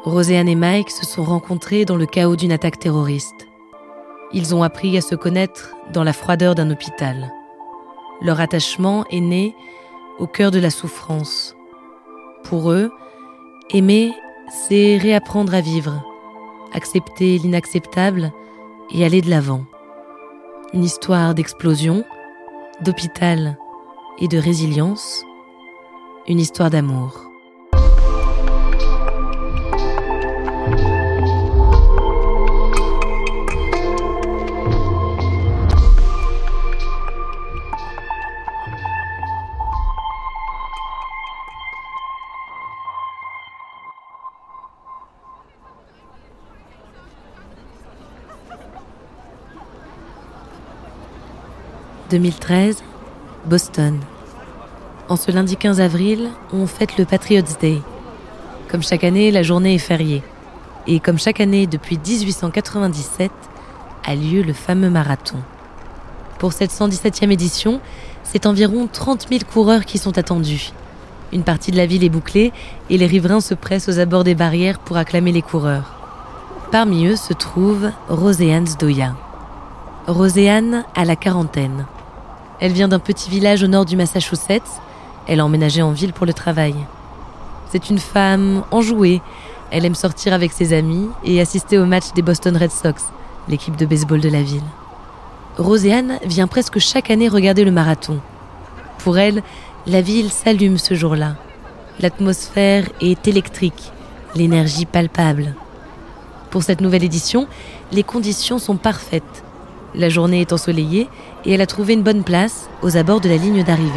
Roséanne et Mike se sont rencontrés dans le chaos d'une attaque terroriste. Ils ont appris à se connaître dans la froideur d'un hôpital. Leur attachement est né au cœur de la souffrance. Pour eux, aimer, c'est réapprendre à vivre, accepter l'inacceptable et aller de l'avant. Une histoire d'explosion, d'hôpital et de résilience, une histoire d'amour. « 2013, Boston. En ce lundi 15 avril, on fête le Patriots Day. Comme chaque année, la journée est fériée. Et comme chaque année depuis 1897, a lieu le fameux marathon. Pour cette 117e édition, c'est environ 30 000 coureurs qui sont attendus. Une partie de la ville est bouclée et les riverains se pressent aux abords des barrières pour acclamer les coureurs. Parmi eux se trouve Roséanne Zdoia. Roséanne a la quarantaine. Elle vient d'un petit village au nord du Massachusetts. Elle a emménagé en ville pour le travail. C'est une femme enjouée. Elle aime sortir avec ses amis et assister au match des Boston Red Sox, l'équipe de baseball de la ville. Roséanne vient presque chaque année regarder le marathon. Pour elle, la ville s'allume ce jour-là. L'atmosphère est électrique, l'énergie palpable. Pour cette nouvelle édition, les conditions sont parfaites. La journée est ensoleillée et elle a trouvé une bonne place aux abords de la ligne d'arrivée.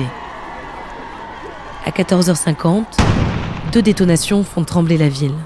À 14h50, 2 détonations font trembler la ville.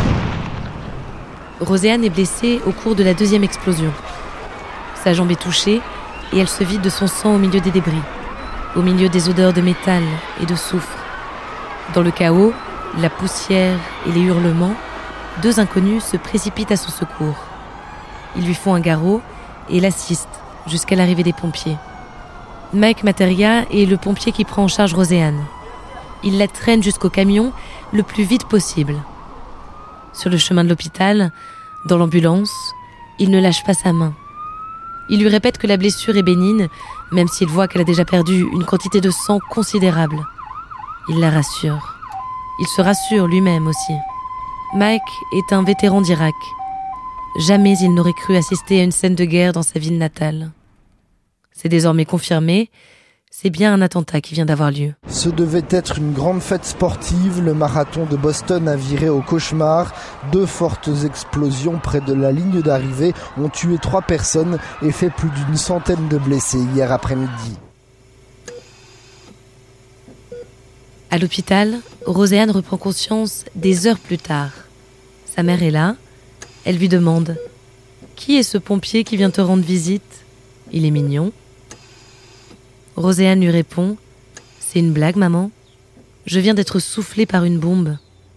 Roséanne est blessée au cours de la 2e explosion. Sa jambe est touchée et elle se vide de son sang au milieu des débris, au milieu des odeurs de métal et de soufre. Dans le chaos, la poussière et les hurlements, 2 inconnus se précipitent à son secours. Ils lui font un garrot et l'assiste jusqu'à l'arrivée des pompiers. Mike Materia est le pompier qui prend en charge Roséanne. Il la traîne jusqu'au camion le plus vite possible. Sur le chemin de l'hôpital, dans l'ambulance, il ne lâche pas sa main. Il lui répète que la blessure est bénigne, même s'il voit qu'elle a déjà perdu une quantité de sang considérable. Il la rassure. Il se rassure lui-même aussi. Mike est un vétéran d'Irak. Jamais il n'aurait cru assister à une scène de guerre dans sa ville natale. C'est désormais confirmé, c'est bien un attentat qui vient d'avoir lieu. Ce devait être une grande fête sportive. Le marathon de Boston a viré au cauchemar. 2 fortes explosions près de la ligne d'arrivée ont tué 3 personnes et fait plus d'une centaine de blessés hier après-midi. À l'hôpital, Roséanne reprend conscience des heures plus tard. Sa mère est là. Elle lui demande « Qui est ce pompier qui vient te rendre visite ? Il est mignon. » Roséanne lui répond « C'est une blague, maman. Je viens d'être soufflée par une bombe. »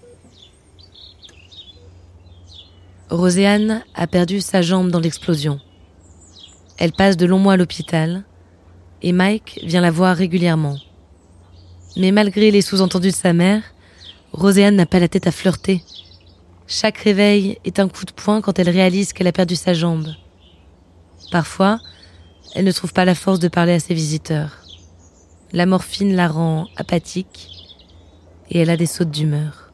Roséanne a perdu sa jambe dans l'explosion. Elle passe de longs mois à l'hôpital et Mike vient la voir régulièrement. Mais malgré les sous-entendus de sa mère, Roséanne n'a pas la tête à flirter. Chaque réveil est un coup de poing quand elle réalise qu'elle a perdu sa jambe. Parfois, elle ne trouve pas la force de parler à ses visiteurs. La morphine la rend apathique et elle a des sautes d'humeur.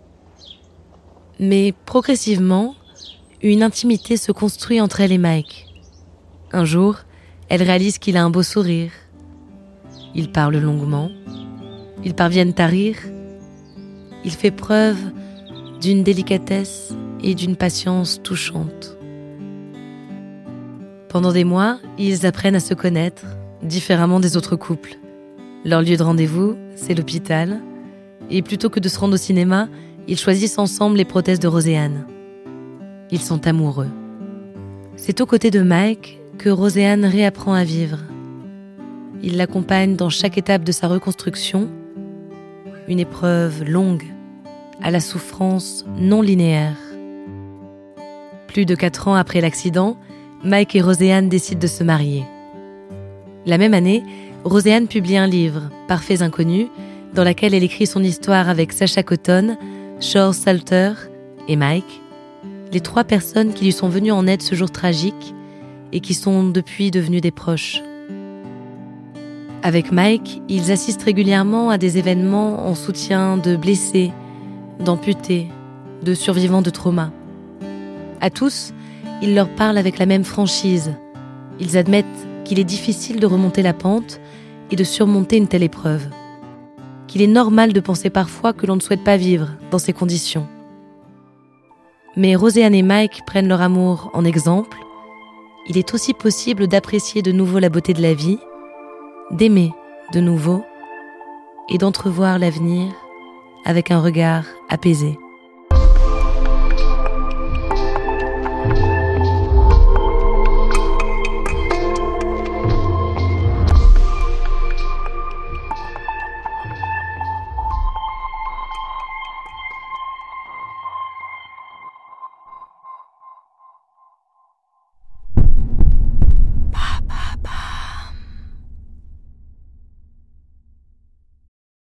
Mais progressivement, une intimité se construit entre elle et Mike. Un jour, elle réalise qu'il a un beau sourire. Ils parlent longuement. Ils parviennent à rire. Il fait preuve d'une délicatesse et d'une patience touchante. Pendant des mois, ils apprennent à se connaître, différemment des autres couples. Leur lieu de rendez-vous, c'est l'hôpital. Et plutôt que de se rendre au cinéma, ils choisissent ensemble les prothèses de Roséanne. Ils sont amoureux. C'est aux côtés de Mike que Roséanne réapprend à vivre. Il l'accompagne dans chaque étape de sa reconstruction, une épreuve longue, à la souffrance non linéaire. Plus de 4 ans après l'accident, Mike et Roséanne décident de se marier. La même année, Roséanne publie un livre, Parfaits Inconnus, dans lequel elle écrit son histoire avec Sacha Cotton, Shore Salter et Mike, les 3 personnes qui lui sont venues en aide ce jour tragique et qui sont depuis devenues des proches. Avec Mike, ils assistent régulièrement à des événements en soutien de blessés, d'amputés, de survivants de traumas. À tous, ils leur parlent avec la même franchise. Ils admettent qu'il est difficile de remonter la pente et de surmonter une telle épreuve. Qu'il est normal de penser parfois que l'on ne souhaite pas vivre dans ces conditions. Mais Roséanne et Mike prennent leur amour en exemple. Il est aussi possible d'apprécier de nouveau la beauté de la vie, d'aimer de nouveau et d'entrevoir l'avenir avec un regard apaisé.